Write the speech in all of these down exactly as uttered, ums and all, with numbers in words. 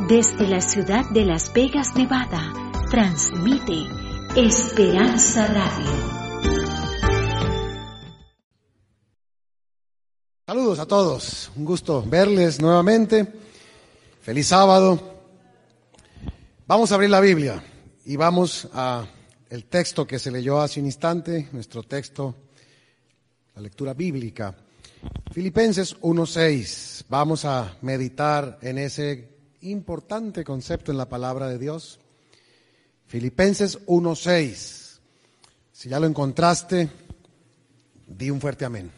Desde la ciudad de Las Vegas, Nevada, transmite Esperanza Radio. Saludos a todos, un gusto verles nuevamente. Feliz sábado. Vamos a abrir la Biblia y vamos a el texto que se leyó hace un instante, nuestro texto, la lectura bíblica. Filipenses uno seis. Vamos a meditar en ese importante concepto en la palabra de Dios. Filipenses uno seis. Si ya lo encontraste, di un fuerte amén.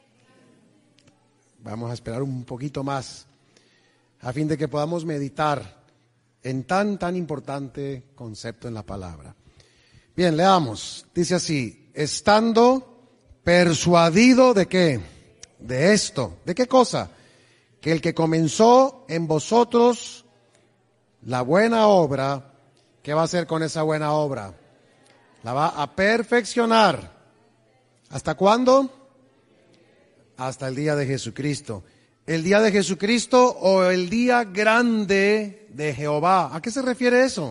Vamos a esperar un poquito más a fin de que podamos meditar en tan, tan importante concepto en la palabra. Bien, leamos. Dice así: estando persuadido de qué, de esto, ¿de qué cosa? Que el que comenzó en vosotros la buena obra, ¿qué va a hacer con esa buena obra? La va a perfeccionar. ¿Hasta cuándo? Hasta el día de Jesucristo. ¿El día de Jesucristo o el día grande de Jehová? ¿A qué se refiere eso?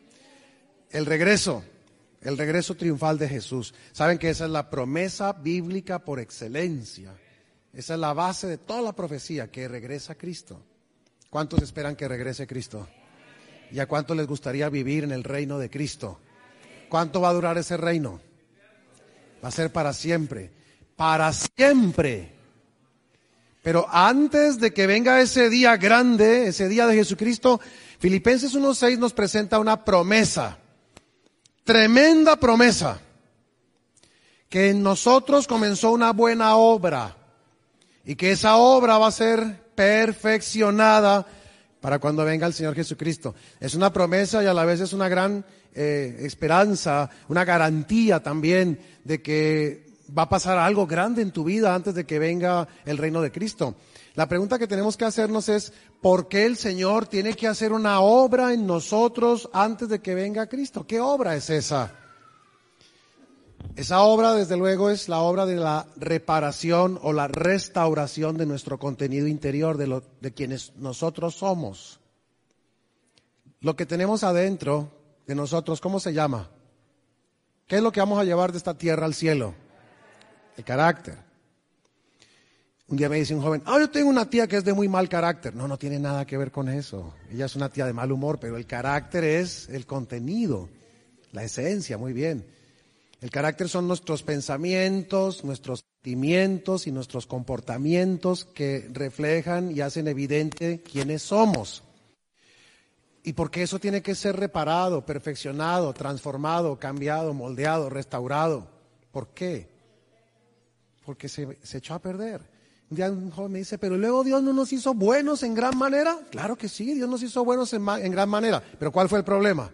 El regreso, el regreso triunfal de Jesús. Saben que esa es la promesa bíblica por excelencia. Esa es la base de toda la profecía, que regresa Cristo. ¿Cuántos esperan que regrese Cristo? ¿Y a cuántos les gustaría vivir en el reino de Cristo? ¿Cuánto va a durar ese reino? Va a ser para siempre. Para siempre. Pero antes de que venga ese día grande, ese día de Jesucristo, Filipenses uno seis nos presenta una promesa. Tremenda promesa. Que en nosotros comenzó una buena obra. Y que esa obra va a ser perfeccionada para cuando venga el Señor Jesucristo. Es una promesa y a la vez es una gran eh, esperanza, una garantía también de que va a pasar algo grande en tu vida antes de que venga el reino de Cristo. La pregunta que tenemos que hacernos es: ¿por qué el Señor tiene que hacer una obra en nosotros antes de que venga Cristo? ¿Qué obra es esa? Esa obra, desde luego, es la obra de la reparación o la restauración de nuestro contenido interior, de, lo, de quienes nosotros somos. Lo que tenemos adentro de nosotros, ¿cómo se llama? ¿Qué es lo que vamos a llevar de esta tierra al cielo? El carácter. Un día me dice un joven: ah, yo tengo una tía que es de muy mal carácter. No, no tiene nada que ver con eso. Ella es una tía de mal humor, pero el carácter es el contenido, la esencia, muy bien. El carácter son nuestros pensamientos, nuestros sentimientos y nuestros comportamientos que reflejan y hacen evidente quiénes somos. Y porque eso tiene que ser reparado, perfeccionado, transformado, cambiado, moldeado, restaurado. ¿Por qué? Porque se, se echó a perder. Un día un joven me dice: pero luego Dios no nos hizo buenos en gran manera. Claro que sí, Dios nos hizo buenos en, en gran manera. Pero ¿cuál fue el problema?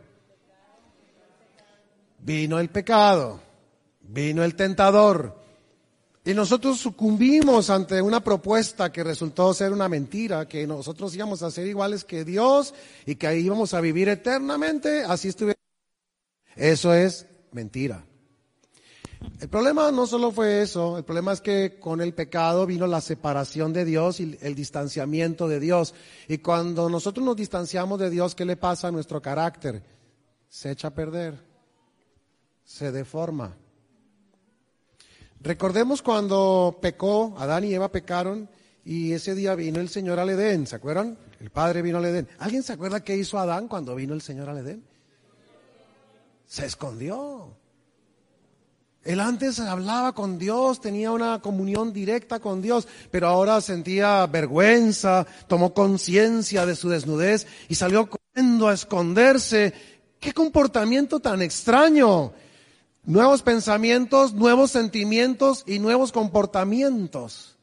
Vino el pecado, vino el tentador, y nosotros sucumbimos ante una propuesta que resultó ser una mentira, que nosotros íbamos a ser iguales que Dios y que íbamos a vivir eternamente, así estuviera. Eso es mentira. El problema no solo fue eso, el problema es que con el pecado vino la separación de Dios y el distanciamiento de Dios. Y cuando nosotros nos distanciamos de Dios, ¿qué le pasa a nuestro carácter? Se echa a perder. Se deforma. Recordemos cuando pecó, Adán y Eva pecaron y ese día vino el Señor al Edén, ¿se acuerdan? El Padre vino al Edén. ¿Alguien se acuerda qué hizo Adán cuando vino el Señor al Edén? Se escondió. Él antes hablaba con Dios, tenía una comunión directa con Dios, pero ahora sentía vergüenza, tomó conciencia de su desnudez y salió corriendo a esconderse. ¡Qué comportamiento tan extraño! Nuevos pensamientos, nuevos sentimientos y nuevos comportamientos.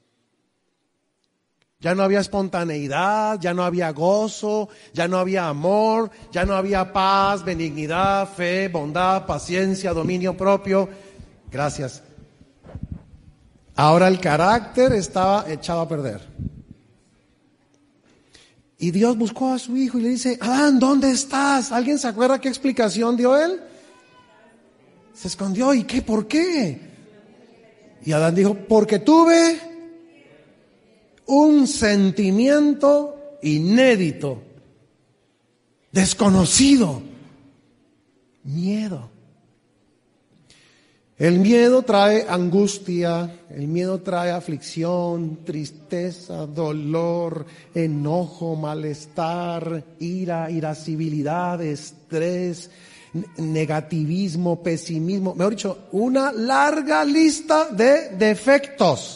Ya no había espontaneidad, ya no había gozo, ya no había amor, ya no había paz, benignidad, fe, bondad, paciencia, dominio propio. Gracias. Ahora el carácter estaba echado a perder. Y Dios buscó a su hijo y le dice: Adán, ¿dónde estás? ¿Alguien se acuerda qué explicación dio él? Se escondió. ¿Y qué? ¿Por qué? Y Adán dijo: porque tuve un sentimiento inédito desconocido, miedo. El miedo trae angustia, el miedo trae aflicción, tristeza, dolor, enojo, malestar, ira, irascibilidad, estrés, negativismo, pesimismo, mejor dicho, una larga lista de defectos.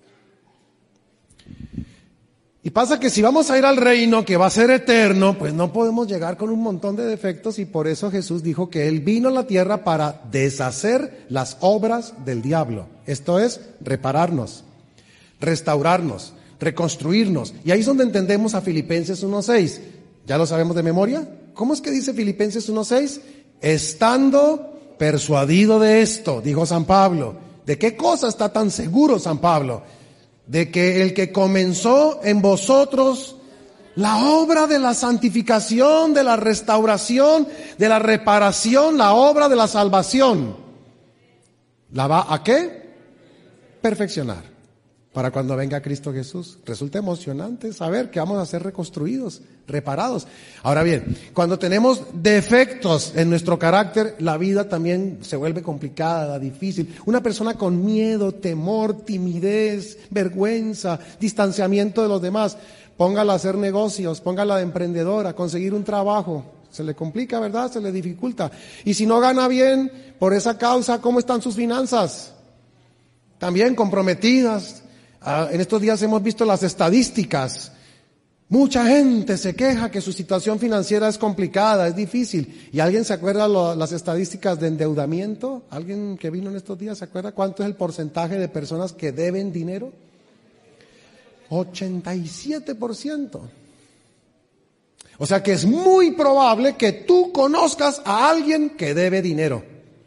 Y pasa que si vamos a ir al reino que va a ser eterno, pues no podemos llegar con un montón de defectos, y por eso Jesús dijo que Él vino a la tierra para deshacer las obras del diablo. Esto es, repararnos, restaurarnos, reconstruirnos. Y ahí es donde entendemos a Filipenses uno seis. ¿Ya lo sabemos de memoria? ¿Cómo es que dice Filipenses uno seis? Estando persuadido de esto, dijo San Pablo. ¿De qué cosa está tan seguro San Pablo? De que el que comenzó en vosotros la obra de la santificación, de la restauración, de la reparación, la obra de la salvación, ¿la va a qué? Perfeccionar. Para cuando venga Cristo Jesús. Resulta emocionante saber que vamos a ser reconstruidos, reparados. Ahora bien, cuando tenemos defectos en nuestro carácter, la vida también se vuelve complicada, difícil. Una persona con miedo, temor, timidez, vergüenza, distanciamiento de los demás, póngala a hacer negocios, póngala de emprendedora, conseguir un trabajo. Se le complica, ¿verdad? Se le dificulta. Y si no gana bien por esa causa, ¿cómo están sus finanzas? También comprometidas. Ah, en estos días hemos visto las estadísticas. Mucha gente se queja que su situación financiera es complicada, es difícil. ¿Y alguien se acuerda lo, las estadísticas de endeudamiento? ¿Alguien que vino en estos días se acuerda cuánto es el porcentaje de personas que deben dinero? ochenta y siete por ciento. O sea que es muy probable que tú conozcas a alguien que debe dinero.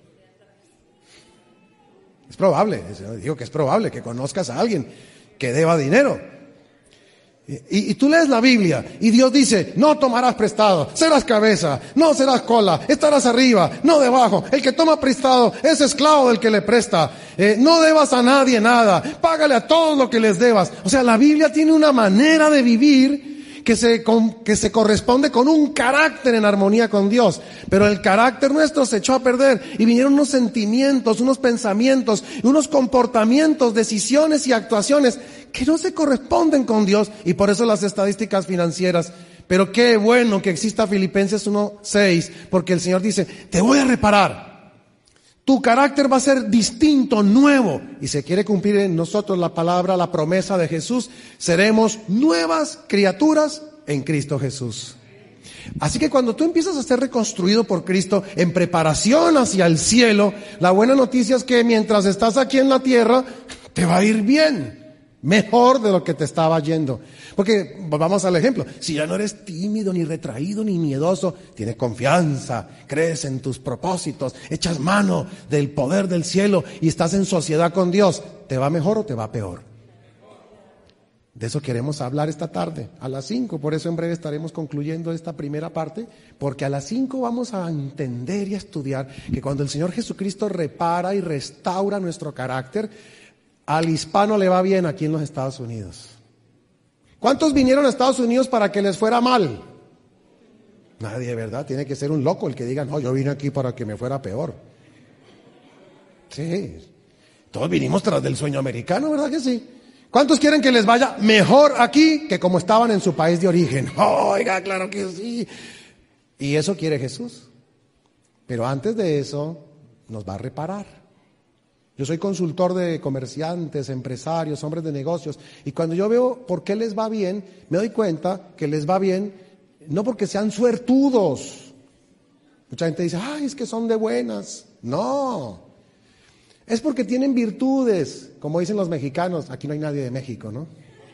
Es probable, digo que es probable que conozcas a alguien que deba dinero. Y, y tú lees la Biblia y Dios dice, no tomarás prestado, serás cabeza, no serás cola, estarás arriba, no debajo. El que toma prestado es esclavo del que le presta. Eh, no debas a nadie nada, págale a todos lo que les debas. O sea, la Biblia tiene una manera de vivir que se, con, que se corresponde con un carácter en armonía con Dios. Pero el carácter nuestro se echó a perder y vinieron unos sentimientos, unos pensamientos, unos comportamientos, decisiones y actuaciones que no se corresponden con Dios, y por eso las estadísticas financieras. Pero qué bueno que exista Filipenses uno seis, porque el Señor dice, te voy a reparar. Tu carácter va a ser distinto, nuevo, y se quiere cumplir en nosotros la palabra, la promesa de Jesús. Seremos nuevas criaturas en Cristo Jesús. Así que cuando tú empiezas a ser reconstruido por Cristo en preparación hacia el cielo, la buena noticia es que mientras estás aquí en la tierra, te va a ir bien. Mejor de lo que te estaba yendo. Porque, vamos al ejemplo, si ya no eres tímido, ni retraído, ni miedoso, tienes confianza, crees en tus propósitos, echas mano del poder del cielo y estás en sociedad con Dios, ¿te va mejor o te va peor? De eso queremos hablar esta tarde, a las cinco, por eso en breve estaremos concluyendo esta primera parte, porque a las cinco vamos a entender y a estudiar que cuando el Señor Jesucristo repara y restaura nuestro carácter, al hispano le va bien aquí en los Estados Unidos. ¿Cuántos vinieron a Estados Unidos para que les fuera mal? Nadie, ¿verdad? Tiene que ser un loco el que diga, no, yo vine aquí para que me fuera peor. Sí, todos vinimos tras del sueño americano, ¿verdad que sí? ¿Cuántos quieren que les vaya mejor aquí que como estaban en su país de origen? Oiga, claro que sí. Y eso quiere Jesús. Pero antes de eso, nos va a reparar. Yo soy consultor de comerciantes, empresarios, hombres de negocios, y cuando yo veo por qué les va bien, me doy cuenta que les va bien no porque sean suertudos. Mucha gente dice, ay, es que son de buenas. No, es porque tienen virtudes, como dicen los mexicanos. Aquí no hay nadie de México, ¿no? ¿No?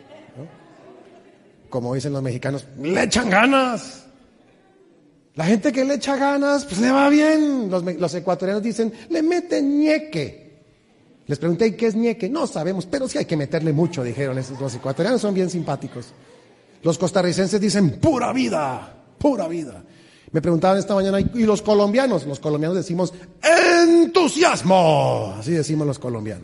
Como dicen los mexicanos, le echan ganas. La gente que le echa ganas, pues le va bien. Los, los ecuatorianos dicen, le meten ñeque. Les pregunté, ¿y qué es ñeque? No sabemos, pero sí hay que meterle mucho, dijeron esos. Los ecuatorianos son bien simpáticos. Los costarricenses dicen, pura vida, pura vida. Me preguntaban esta mañana, ¿y los colombianos? Los colombianos decimos, entusiasmo. Así decimos los colombianos.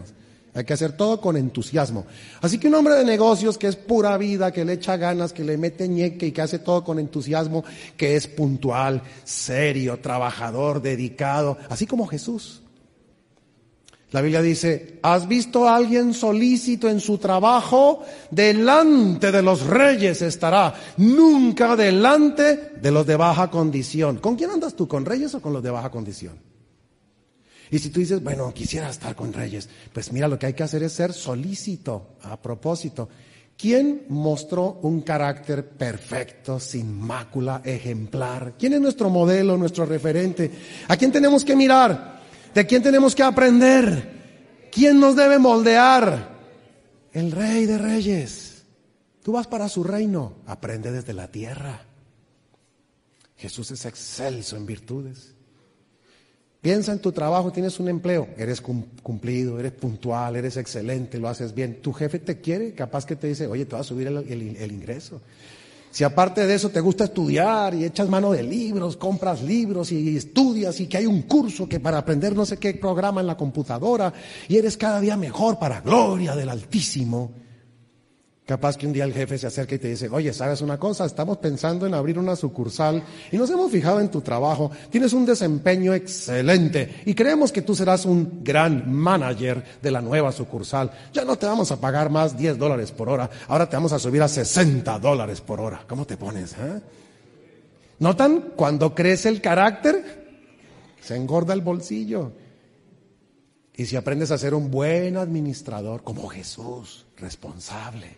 Hay que hacer todo con entusiasmo. Así que un hombre de negocios que es pura vida, que le echa ganas, que le mete ñeque y que hace todo con entusiasmo, que es puntual, serio, trabajador, dedicado, así como Jesús. La Biblia dice, ¿has visto a alguien solícito en su trabajo? Delante de los reyes estará, nunca delante de los de baja condición. ¿Con quién andas tú? ¿Con reyes o con los de baja condición? Y si tú dices, bueno, quisiera estar con reyes, pues mira, lo que hay que hacer es ser solícito. A propósito, ¿quién mostró un carácter perfecto, sin mácula, ejemplar? ¿Quién es nuestro modelo, nuestro referente? ¿A quién tenemos que mirar? ¿De quién tenemos que aprender? ¿Quién nos debe moldear? El Rey de Reyes. Tú vas para su reino, aprende desde la tierra. Jesús es excelso en virtudes. Piensa en tu trabajo, tienes un empleo, eres cumplido, eres puntual, eres excelente, lo haces bien. Tu jefe te quiere, capaz que te dice, oye, te va a subir el, el, el ingreso. Si aparte de eso te gusta estudiar y echas mano de libros, compras libros y estudias y que hay un curso que para aprender no sé qué programa en la computadora y eres cada día mejor para gloria del Altísimo. Capaz que un día el jefe se acerca y te dice, oye, ¿sabes una cosa? Estamos pensando en abrir una sucursal y nos hemos fijado en tu trabajo. Tienes un desempeño excelente y creemos que tú serás un gran manager de la nueva sucursal. Ya no te vamos a pagar más diez dólares por hora, ahora te vamos a subir a sesenta dólares por hora. ¿Cómo te pones? Eh? ¿Notan? Cuando crece el carácter, se engorda el bolsillo. Y si aprendes a ser un buen administrador, como Jesús, responsable,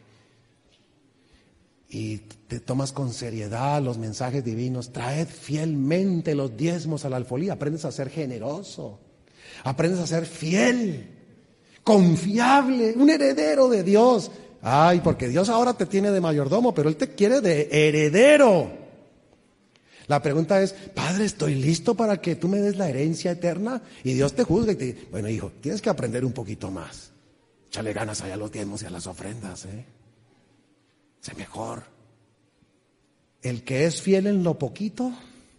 y te tomas con seriedad los mensajes divinos, traed fielmente los diezmos a la alfolía, aprendes a ser generoso, aprendes a ser fiel, confiable, un heredero de Dios. Ay, porque Dios ahora te tiene de mayordomo, pero Él te quiere de heredero. La pregunta es, Padre, ¿estoy listo para que tú me des la herencia eterna? Y Dios te juzga y te dice, bueno, hijo, tienes que aprender un poquito más. Échale ganas allá a los diezmos y a las ofrendas, ¿eh? Sé mejor. El que es fiel en lo poquito,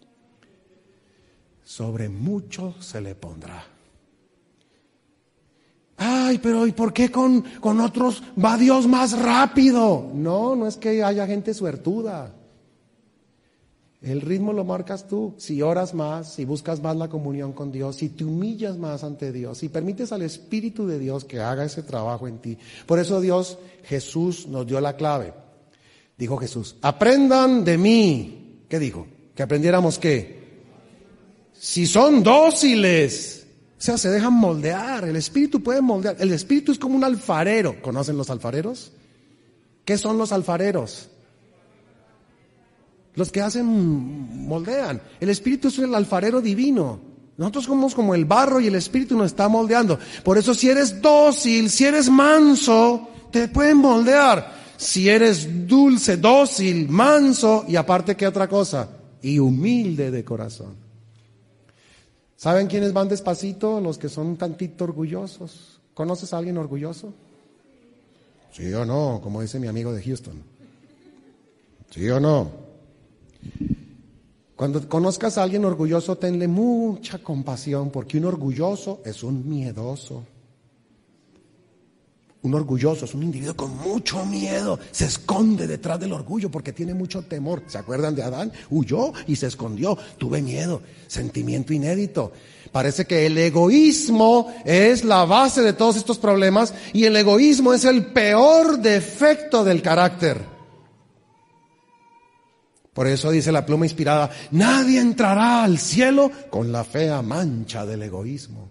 sobre mucho se le pondrá. Ay, pero ¿y por qué con, con otros va Dios más rápido? No, no es que haya gente suertuda. El ritmo lo marcas tú. Si oras más, si buscas más la comunión con Dios, si te humillas más ante Dios, si permites al Espíritu de Dios que haga ese trabajo en ti. Por eso Dios, Jesús, nos dio la clave. Dijo Jesús, aprendan de mí. ¿Qué dijo? Que aprendiéramos qué. Si son dóciles, o sea, se dejan moldear. El Espíritu puede moldear. El Espíritu es como un alfarero. ¿Conocen los alfareros? ¿Qué son los alfareros? Los que hacen, moldean. El Espíritu es el alfarero divino. Nosotros somos como el barro y el Espíritu nos está moldeando. Por eso si eres dócil, si eres manso, te pueden moldear. Si eres dulce, dócil, manso y aparte, ¿qué otra cosa? Y humilde de corazón. ¿Saben quiénes van despacito? Los que son un tantito orgullosos. ¿Conoces a alguien orgulloso? ¿Sí o no? Como dice mi amigo de Houston. ¿Sí o no? Cuando conozcas a alguien orgulloso, tenle mucha compasión, porque un orgulloso es un miedoso. Un orgulloso es un individuo con mucho miedo, se esconde detrás del orgullo porque tiene mucho temor. ¿Se acuerdan de Adán? Huyó y se escondió, tuve miedo, sentimiento inédito. Parece que el egoísmo es la base de todos estos problemas y el egoísmo es el peor defecto del carácter. Por eso dice la pluma inspirada, nadie entrará al cielo con la fea mancha del egoísmo.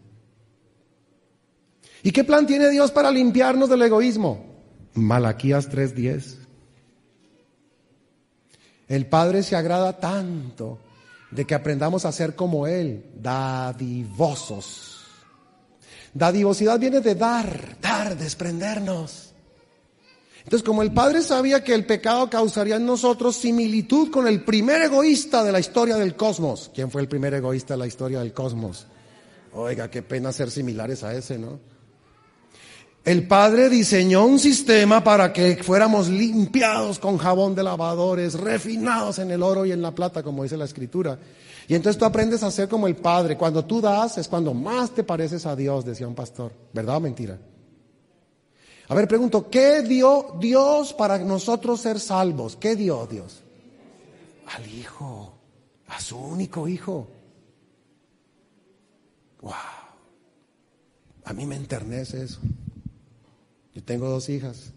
¿Y qué plan tiene Dios para limpiarnos del egoísmo? Malaquías tres diez. El Padre se agrada tanto de que aprendamos a ser como Él, dadivosos. Dadivosidad viene de dar, dar, desprendernos. Entonces, como el Padre sabía que el pecado causaría en nosotros similitud con el primer egoísta de la historia del cosmos. ¿Quién fue el primer egoísta de la historia del cosmos? Oiga, qué pena ser similares a ese, ¿no? El Padre diseñó un sistema para que fuéramos limpiados con jabón de lavadores, refinados en el oro y en la plata, como dice la Escritura. Y entonces tú aprendes a ser como el Padre. Cuando tú das es cuando más te pareces a Dios, decía un pastor. ¿Verdad o mentira? A ver, pregunto, ¿qué dio Dios para nosotros ser salvos? ¿Qué dio Dios? Al Hijo, a su único Hijo. ¡Wow! A mí me enternece eso. Yo tengo dos hijas.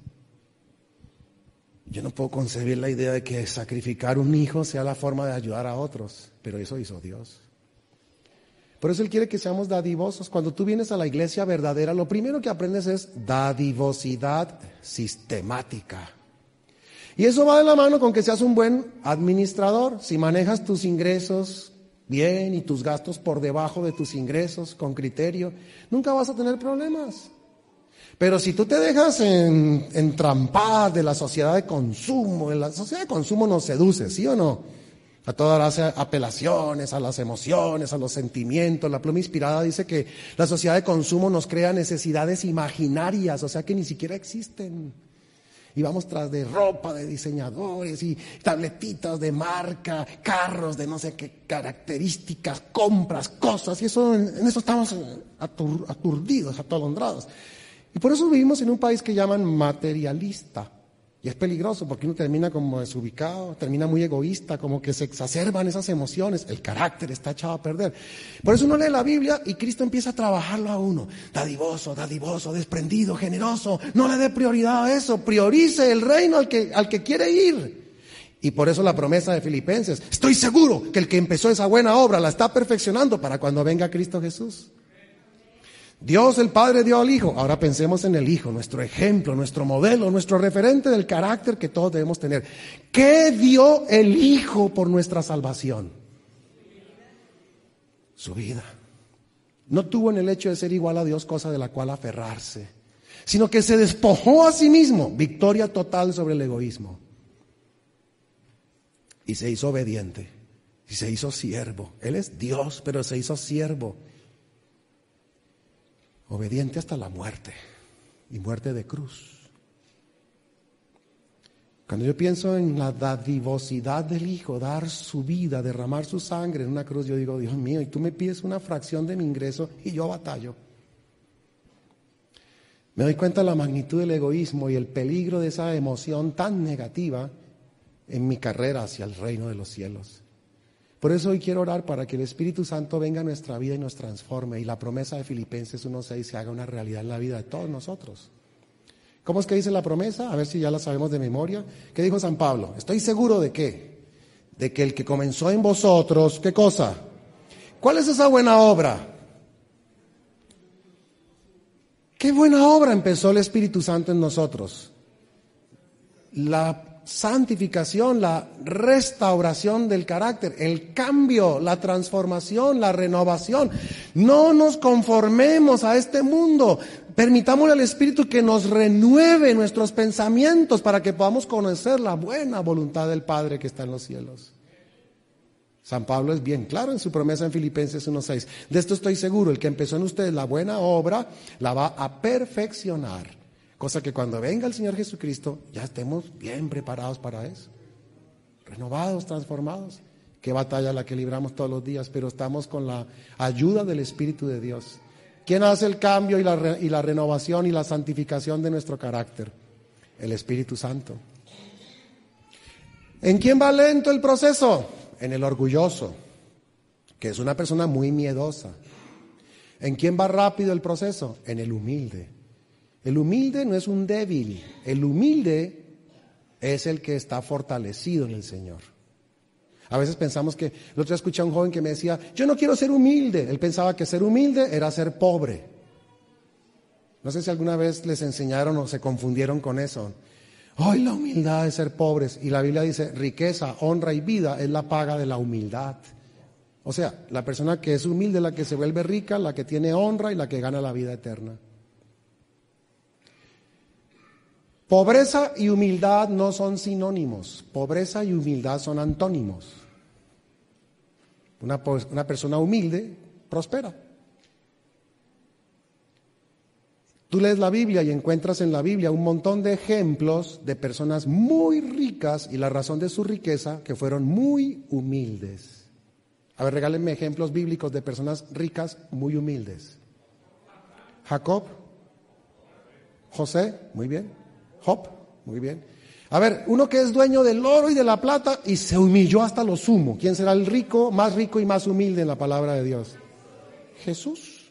Yo no puedo concebir la idea de que sacrificar un hijo sea la forma de ayudar a otros, pero eso hizo Dios. Por eso Él quiere que seamos dadivosos. Cuando tú vienes a la iglesia verdadera, lo primero que aprendes es dadivosidad sistemática. Y eso va de la mano con que seas un buen administrador. Si manejas tus ingresos bien y tus gastos por debajo de tus ingresos con criterio, nunca vas a tener problemas. Pero si tú te dejas en, entrampar de la sociedad de consumo, la sociedad de consumo nos seduce, ¿sí o no? A todas las apelaciones, a las emociones, a los sentimientos. La pluma inspirada dice que la sociedad de consumo nos crea necesidades imaginarias, o sea que ni siquiera existen. Y vamos tras de ropa de diseñadores y tabletitas de marca, carros de no sé qué características, compras, cosas. Y eso, en eso estamos atur, aturdidos, atolondrados. Y por eso vivimos en un país que llaman materialista. Y es peligroso porque uno termina como desubicado, termina muy egoísta, como que se exacerban esas emociones, el carácter está echado a perder. Por eso uno lee la Biblia y Cristo empieza a trabajarlo a uno. Dadivoso, dadivoso, desprendido, generoso. No le dé prioridad a eso, priorice el reino al que, al que quiere ir. Y por eso la promesa de Filipenses, estoy seguro que el que empezó esa buena obra la está perfeccionando para cuando venga Cristo Jesús. Dios el Padre dio al Hijo, ahora pensemos en el Hijo, nuestro ejemplo, nuestro modelo, nuestro referente del carácter que todos debemos tener. ¿Qué dio el Hijo por nuestra salvación? Su vida. No tuvo en el hecho de ser igual a Dios cosa de la cual aferrarse, sino que se despojó a sí mismo, victoria total sobre el egoísmo. Y se hizo obediente, y se hizo siervo. Él es Dios, pero se hizo siervo. Obediente hasta la muerte, y muerte de cruz. Cuando yo pienso en la dadivosidad del Hijo, dar su vida, derramar su sangre en una cruz, yo digo, Dios mío, y tú me pides una fracción de mi ingreso y yo batallo. Me doy cuenta de la magnitud del egoísmo y el peligro de esa emoción tan negativa en mi carrera hacia el reino de los cielos. Por eso hoy quiero orar para que el Espíritu Santo venga a nuestra vida y nos transforme y la promesa de Filipenses uno seis se haga una realidad en la vida de todos nosotros. ¿Cómo es que dice la promesa? A ver si ya la sabemos de memoria. ¿Qué dijo San Pablo? Estoy seguro de qué. De que el que comenzó en vosotros, ¿qué cosa? ¿Cuál es esa buena obra? ¿Qué buena obra empezó el Espíritu Santo en nosotros? La santificación, la restauración del carácter, el cambio, la transformación, la renovación. No nos conformemos a este mundo. Permitámosle al Espíritu que nos renueve nuestros pensamientos para que podamos conocer la buena voluntad del Padre que está en los cielos. San Pablo es bien claro en su promesa en Filipenses uno seis. De esto estoy seguro, el que empezó en ustedes la buena obra la va a perfeccionar. Cosa que cuando venga el Señor Jesucristo ya estemos bien preparados para eso. Renovados, transformados. Qué batalla la que libramos todos los días, pero estamos con la ayuda del Espíritu de Dios. ¿Quién hace el cambio y la, re, y la renovación y la santificación de nuestro carácter? El Espíritu Santo. ¿En quién va lento el proceso? En el orgulloso, que es una persona muy miedosa. ¿En quién va rápido el proceso? En el humilde. El humilde no es un débil, el humilde es el que está fortalecido en el Señor. A veces pensamos que, el otro día escuché a un joven que me decía, yo no quiero ser humilde. Él pensaba que ser humilde era ser pobre. No sé si alguna vez les enseñaron o se confundieron con eso. Hoy la humildad es ser pobres. Y la Biblia dice, riqueza, honra y vida es la paga de la humildad. O sea, la persona que es humilde es la que se vuelve rica, la que tiene honra y la que gana la vida eterna. Pobreza y humildad no son sinónimos. Pobreza y humildad son antónimos. Una, una persona humilde prospera. Tú lees la Biblia y encuentras en la Biblia un montón de ejemplos de personas muy ricas y la razón de su riqueza que fueron muy humildes. A ver, regálenme ejemplos bíblicos de personas ricas muy humildes. Jacob, José, muy bien. Job, muy bien. A ver, uno que es dueño del oro y de la plata y se humilló hasta lo sumo. ¿Quién será el rico, más rico y más humilde en la palabra de Dios? Jesús.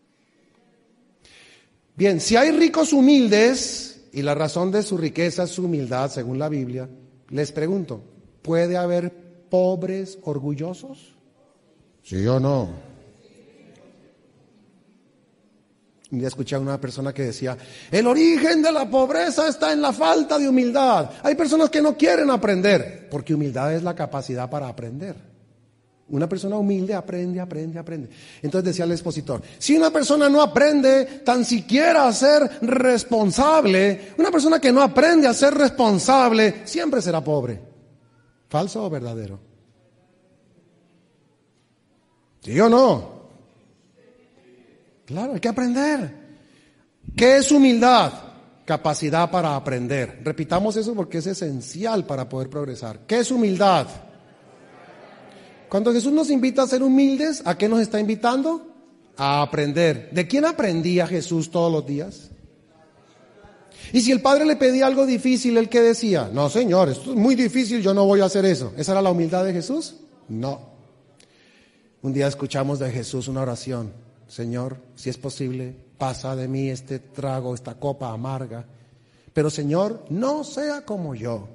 Bien, si hay ricos humildes y la razón de su riqueza es su humildad, según la Biblia, les pregunto, ¿puede haber pobres orgullosos? ¿Sí o no? Un día escuché a una persona que decía, el origen de la pobreza está en la falta de humildad. Hay personas que no quieren aprender, porque humildad es la capacidad para aprender. Una persona humilde aprende, aprende, aprende. Entonces decía el expositor, si una persona no aprende tan siquiera a ser responsable, una persona que no aprende a ser responsable, siempre será pobre. ¿Falso o verdadero? ¿Sí o no? Claro, hay que aprender. ¿Qué es humildad? Capacidad para aprender. Repitamos eso porque es esencial para poder progresar. ¿Qué es humildad? Cuando Jesús nos invita a ser humildes, ¿a qué nos está invitando? A aprender. ¿De quién aprendía Jesús todos los días? Y si el Padre le pedía algo difícil, ¿él qué decía? No, Señor, esto es muy difícil, yo no voy a hacer eso. ¿Esa era la humildad de Jesús? No. Un día escuchamos de Jesús una oración. Señor, si es posible, pasa de mí este trago, esta copa amarga. Pero Señor, no sea como yo,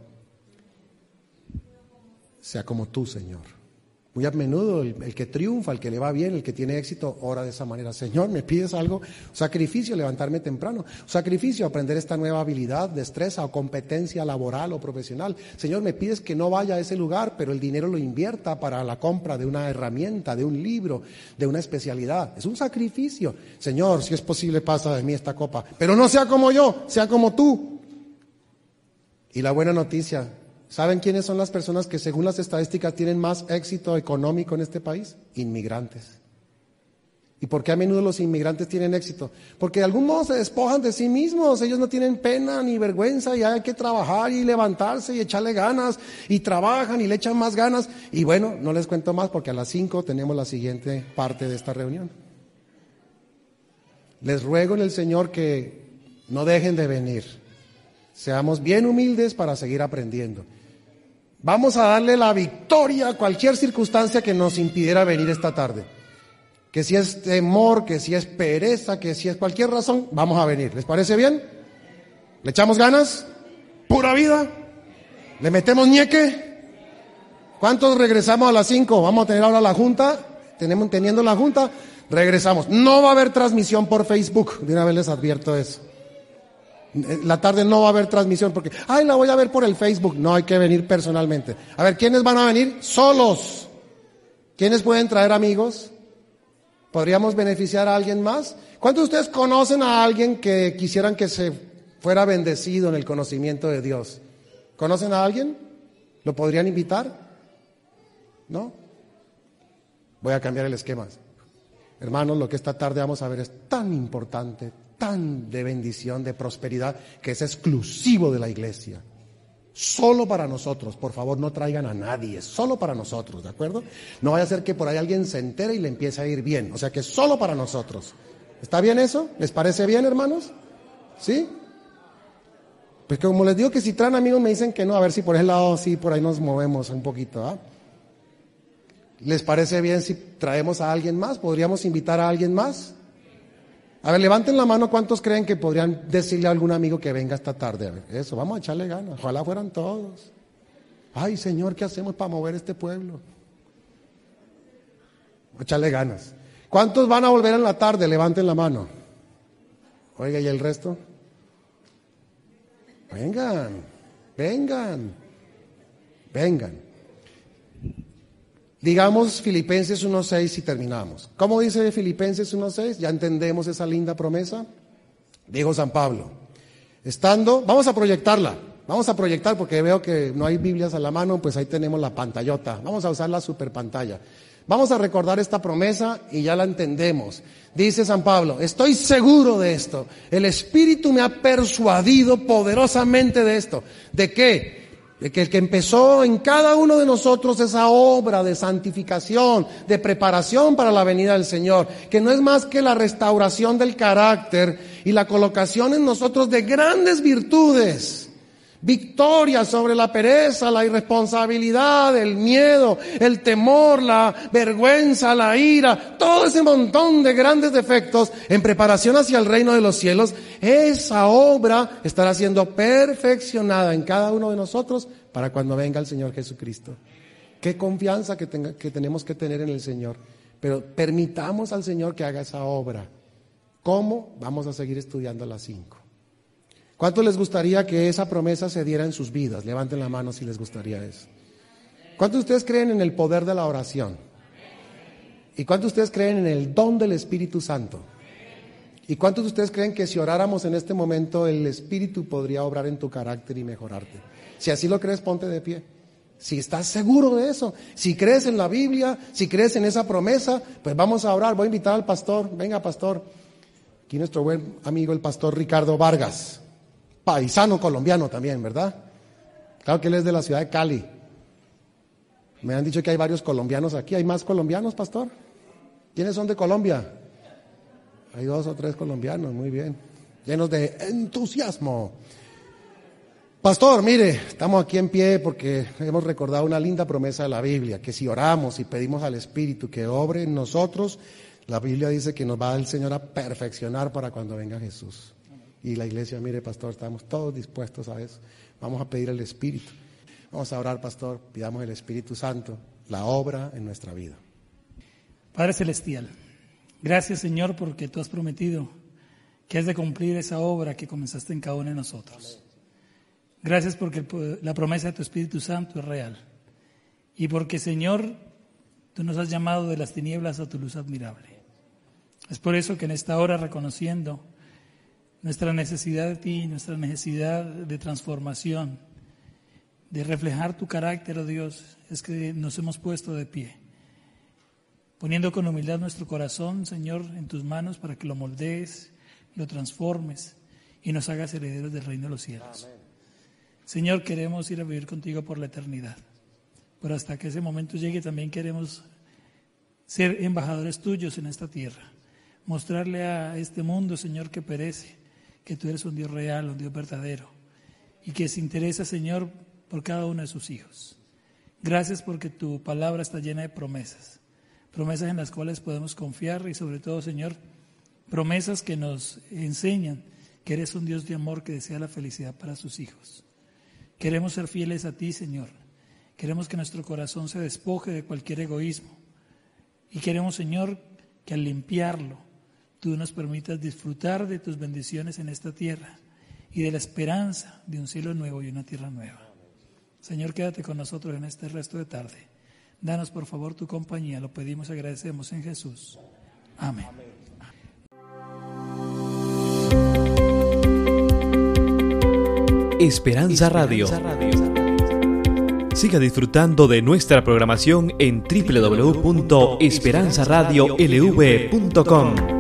sea como tú, Señor. Muy a menudo el, el que triunfa, el que le va bien, el que tiene éxito, ora de esa manera. Señor, ¿me pides algo? Un sacrificio, levantarme temprano. Un sacrificio, aprender esta nueva habilidad, destreza o competencia laboral o profesional. Señor, ¿me pides que no vaya a ese lugar, pero el dinero lo invierta para la compra de una herramienta, de un libro, de una especialidad? Es un sacrificio. Señor, si es posible, pasa de mí esta copa. Pero no sea como yo, sea como tú. Y la buena noticia, ¿saben quiénes son las personas que según las estadísticas tienen más éxito económico en este país? Inmigrantes. ¿Y por qué a menudo los inmigrantes tienen éxito? Porque de algún modo se despojan de sí mismos, ellos no tienen pena ni vergüenza y hay que trabajar y levantarse y echarle ganas y trabajan y le echan más ganas. Y bueno, no les cuento más porque a las cinco tenemos la siguiente parte de esta reunión. Les ruego en el Señor que no dejen de venir. Seamos bien humildes para seguir aprendiendo. Vamos a darle la victoria a cualquier circunstancia que nos impidiera venir esta tarde. Que si es temor, que si es pereza, que si es cualquier razón, vamos a venir. ¿Les parece bien? ¿Le echamos ganas? ¿Pura vida? ¿Le metemos ñeque? ¿Cuántos regresamos a las cinco? Vamos a tener ahora la junta. Tenemos, teniendo la junta, regresamos. No va a haber transmisión por Facebook. De una vez les advierto eso. La tarde no va a haber transmisión porque, ay, la voy a ver por el Facebook. No, hay que venir personalmente. A ver, ¿quiénes van a venir? Solos. ¿Quiénes pueden traer amigos? ¿Podríamos beneficiar a alguien más? ¿Cuántos de ustedes conocen a alguien que quisieran que se fuera bendecido en el conocimiento de Dios? ¿Conocen a alguien? ¿Lo podrían invitar? ¿No? Voy a cambiar el esquema. Hermanos, lo que esta tarde vamos a ver es tan importante, tan de bendición, de prosperidad, que es exclusivo de la iglesia. Solo para nosotros, por favor, no traigan a nadie, solo para nosotros, ¿de acuerdo? No vaya a ser que por ahí alguien se entere y le empiece a ir bien, o sea que solo para nosotros. ¿Está bien eso? ¿Les parece bien, hermanos? ¿Sí? Pues como les digo que si traen amigos me dicen que no, a ver si por ese lado sí, por ahí nos movemos un poquito, ¿ah? ¿Les parece bien si traemos a alguien más? ¿Podríamos invitar a alguien más? A ver, levanten la mano, ¿cuántos creen que podrían decirle a algún amigo que venga esta tarde? A ver, eso, vamos a echarle ganas, ojalá fueran todos. Ay, Señor, ¿qué hacemos para mover este pueblo? Echarle ganas. ¿Cuántos van a volver en la tarde? Levanten la mano. Oiga, ¿y el resto? Vengan, vengan, vengan. Digamos Filipenses uno seis y terminamos. ¿Cómo dice Filipenses uno seis? Ya entendemos esa linda promesa. Dijo San Pablo, estando, vamos a proyectarla, vamos a proyectar porque veo que no hay Biblias a la mano, pues ahí tenemos la pantallota. Vamos a usar la super pantalla. Vamos a recordar esta promesa y ya la entendemos. Dice San Pablo, estoy seguro de esto. El Espíritu me ha persuadido poderosamente de esto. ¿De qué? De que el que empezó en cada uno de nosotros esa obra de santificación, de preparación para la venida del Señor, que no es más que la restauración del carácter y la colocación en nosotros de grandes virtudes. Victoria sobre la pereza, la irresponsabilidad, el miedo, el temor, la vergüenza, la ira, todo ese montón de grandes defectos en preparación hacia el reino de los cielos. Esa obra estará siendo perfeccionada en cada uno de nosotros para cuando venga el Señor Jesucristo. Qué confianza que, tenga, que tenemos que tener en el Señor. Pero permitamos al Señor que haga esa obra. ¿Cómo? Vamos a seguir estudiando a las cinco. ¿Cuánto les gustaría que esa promesa se diera en sus vidas? Levanten la mano si les gustaría eso. ¿Cuántos de ustedes creen en el poder de la oración? ¿Y cuántos de ustedes creen en el don del Espíritu Santo? ¿Y cuántos de ustedes creen que si oráramos en este momento el Espíritu podría obrar en tu carácter y mejorarte? Si así lo crees, ponte de pie. Si estás seguro de eso, si crees en la Biblia, si crees en esa promesa, pues vamos a orar. Voy a invitar al pastor. Venga, pastor. Aquí nuestro buen amigo el pastor Ricardo Vargas. Paisano colombiano también, ¿verdad? Claro que él es de la ciudad de Cali. Me han dicho que hay varios colombianos aquí. ¿Hay más colombianos, pastor? ¿Quiénes son de Colombia? Hay dos o tres colombianos, muy bien. Llenos de entusiasmo. Pastor, mire, estamos aquí en pie porque hemos recordado una linda promesa de la Biblia, que si oramos y pedimos al Espíritu que obre en nosotros, la Biblia dice que nos va el Señor a perfeccionar para cuando venga Jesús. Y la iglesia, mire, pastor, estamos todos dispuestos a eso. Vamos a pedir el Espíritu. Vamos a orar, pastor, pidamos el Espíritu Santo, la obra en nuestra vida. Padre Celestial, gracias, Señor, porque tú has prometido que has de cumplir esa obra que comenzaste en cada uno de nosotros. Gracias porque la promesa de tu Espíritu Santo es real. Y porque, Señor, tú nos has llamado de las tinieblas a tu luz admirable. Es por eso que en esta hora, reconociendo nuestra necesidad de ti, nuestra necesidad de transformación, de reflejar tu carácter, oh Dios, es que nos hemos puesto de pie, poniendo con humildad nuestro corazón, Señor, en tus manos para que lo moldees, lo transformes y nos hagas herederos del reino de los cielos. Amén. Señor, queremos ir a vivir contigo por la eternidad, pero hasta que ese momento llegue también queremos ser embajadores tuyos en esta tierra, mostrarle a este mundo, Señor, que perece, que tú eres un Dios real, un Dios verdadero, y que se interesa, Señor, por cada uno de sus hijos. Gracias porque tu palabra está llena de promesas, promesas en las cuales podemos confiar y sobre todo, Señor, promesas que nos enseñan que eres un Dios de amor que desea la felicidad para sus hijos. Queremos ser fieles a ti, Señor. Queremos que nuestro corazón se despoje de cualquier egoísmo y queremos, Señor, que al limpiarlo, tú nos permitas disfrutar de tus bendiciones en esta tierra y de la esperanza de un cielo nuevo y una tierra nueva. Señor, quédate con nosotros en este resto de tarde. Danos, por favor, tu compañía. Lo pedimos y agradecemos en Jesús. Amén. Esperanza Radio. Siga disfrutando de nuestra programación en doble u doble u doble u punto esperanza radio l v punto com.